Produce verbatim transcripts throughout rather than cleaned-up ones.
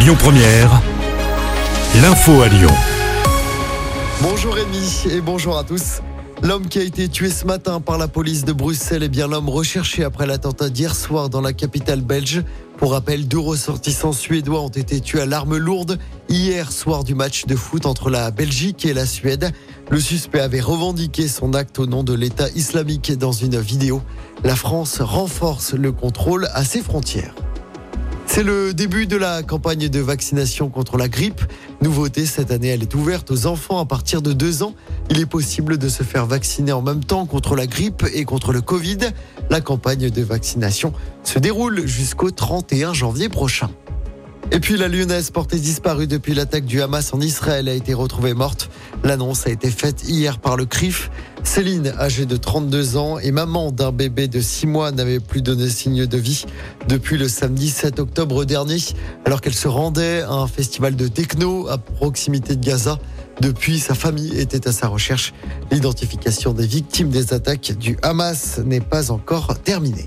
Lyon Première, l'info à Lyon. Bonjour Rémi et bonjour à tous. L'homme qui a été tué ce matin par la police de Bruxelles est bien l'homme recherché après l'attentat d'hier soir dans la capitale belge. Pour rappel, deux ressortissants suédois ont été tués à l'arme lourde hier soir du match de foot entre la Belgique et la Suède. Le suspect avait revendiqué son acte au nom de l'État islamique dans une vidéo. La France renforce le contrôle à ses frontières. C'est le début de la campagne de vaccination contre la grippe. Nouveauté, cette année, elle est ouverte aux enfants à partir de deux ans. Il est possible de se faire vacciner en même temps contre la grippe et contre le Covid. La campagne de vaccination se déroule jusqu'au trente et un janvier prochain. Et puis la Lyonnaise portée disparue depuis l'attaque du Hamas en Israël a été retrouvée morte. L'annonce a été faite hier par le C R I F. Céline, âgée de trente-deux ans et maman d'un bébé de six mois, n'avait plus donné signe de vie depuis le samedi sept octobre dernier, alors qu'elle se rendait à un festival de techno à proximité de Gaza. Depuis, sa famille était à sa recherche. L'identification des victimes des attaques du Hamas n'est pas encore terminée.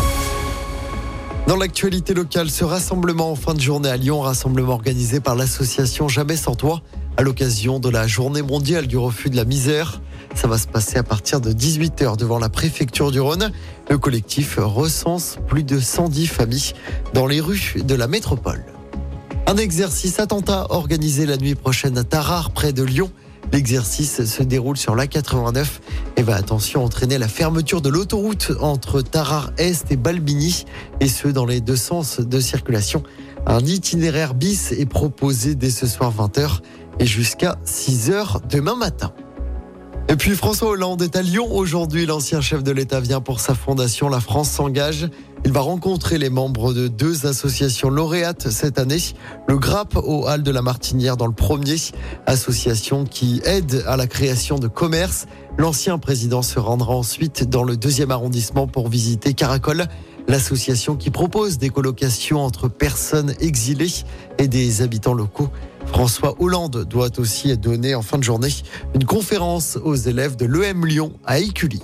Dans l'actualité locale, ce rassemblement en fin de journée à Lyon, rassemblement organisé par l'association Jamais sans toi, à l'occasion de la journée mondiale du refus de la misère. Ça va se passer à partir de dix-huit heures devant la préfecture du Rhône. Le collectif recense plus de cent dix familles dans les rues de la métropole. Un exercice attentat organisé la nuit prochaine à Tarare, près de Lyon. L'exercice se déroule sur l'A quatre-vingt-neuf et va, attention, entraîner la fermeture de l'autoroute entre Tarare-Est et Balbigny, et ce dans les deux sens de circulation. Un itinéraire bis est proposé dès ce soir vingt heures et jusqu'à six heures demain matin. Et puis François Hollande est à Lyon aujourd'hui. L'ancien chef de l'État vient pour sa fondation La France s'engage. Il va rencontrer les membres de deux associations lauréates cette année. Le G R A P au Hall de la Martinière dans le premier, association qui aide à la création de commerce. L'ancien président se rendra ensuite dans le deuxième arrondissement pour visiter Caracol, l'association qui propose des colocations entre personnes exilées et des habitants locaux. François Hollande doit aussi donner en fin de journée une conférence aux élèves de l'E M Lyon à Écully.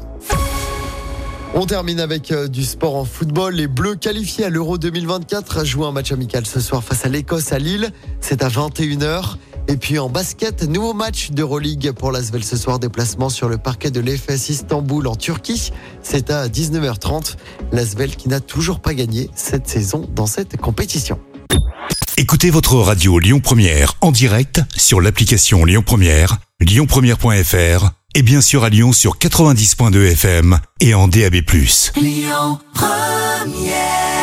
On termine avec du sport en football. Les Bleus qualifiés à l'Euro deux mille vingt-quatre jouent un match amical ce soir face à l'Écosse à Lille. C'est à vingt et une heures. Et puis en basket, nouveau match d'Euroleague pour l'Asvel ce soir. Déplacement sur le parquet de l'E F S Istanbul en Turquie. C'est à dix-neuf heures trente. L'Asvel qui n'a toujours pas gagné cette saison dans cette compétition. Écoutez votre radio Lyon Première en direct sur l'application Lyon Première, lyon première point f r et bien sûr à Lyon sur quatre-vingt-dix point deux F M et en D A B plus. Lyon Première.